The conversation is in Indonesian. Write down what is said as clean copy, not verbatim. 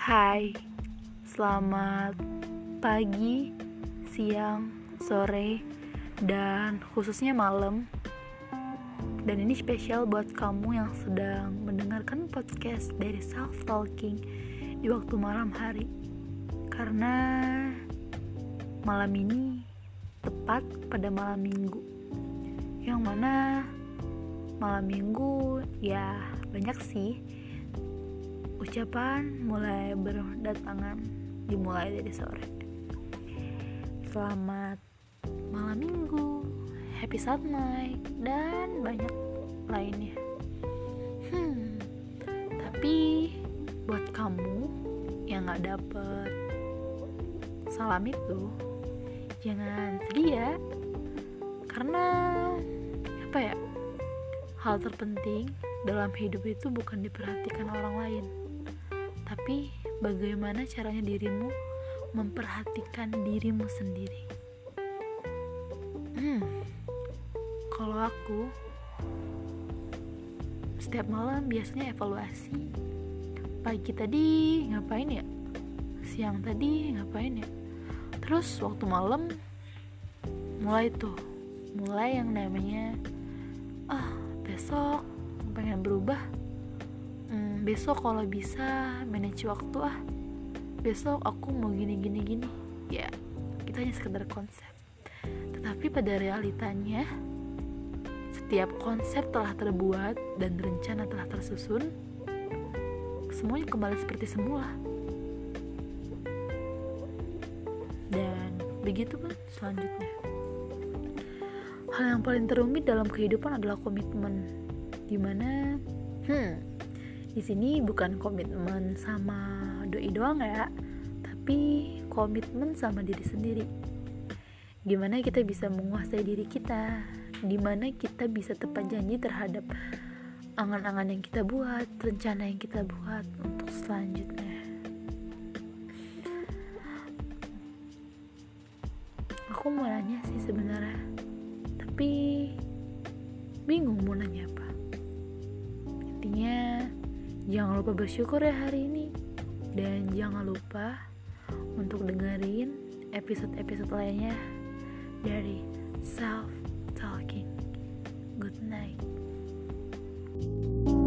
Hai, selamat pagi, siang, sore, dan khususnya malam. Dan ini spesial buat kamu yang sedang mendengarkan podcast dari Self Talking di waktu malam hari. Karena malam ini tepat pada malam minggu, yang mana malam minggu ya banyak sih ucapan mulai berdatangan dimulai dari sore. Selamat malam minggu, happy sad night, dan banyak lainnya. Tapi buat kamu yang gak dapet salam itu, jangan sedih ya. Karena hal terpenting dalam hidup itu bukan diperhatikan orang lain, tapi bagaimana caranya dirimu memperhatikan dirimu sendiri. Kalau aku setiap malam biasanya evaluasi. Pagi tadi ngapain ya? Siang tadi ngapain ya? Terus waktu malam mulai yang namanya besok pengen berubah. Besok kalau bisa manage waktu besok aku mau gini. Ya, itu hanya sekedar konsep. Tetapi pada realitanya, setiap konsep telah terbuat dan rencana telah tersusun, semuanya kembali seperti semula. Dan begitu kan selanjutnya. Hal yang paling terumit dalam kehidupan adalah komitmen. Dimana di sini bukan komitmen sama doi doang ya, tapi komitmen sama diri sendiri. Gimana kita bisa menguasai diri kita, dimana kita bisa tepat janji terhadap angan-angan yang kita buat, rencana yang kita buat untuk selanjutnya. Aku mau nanya sih sebenarnya, tapi bingung mau nanya apa. Intinya, jangan lupa bersyukur ya hari ini. Dan jangan lupa untuk dengerin episode-episode lainnya dari Self Talking. Good night.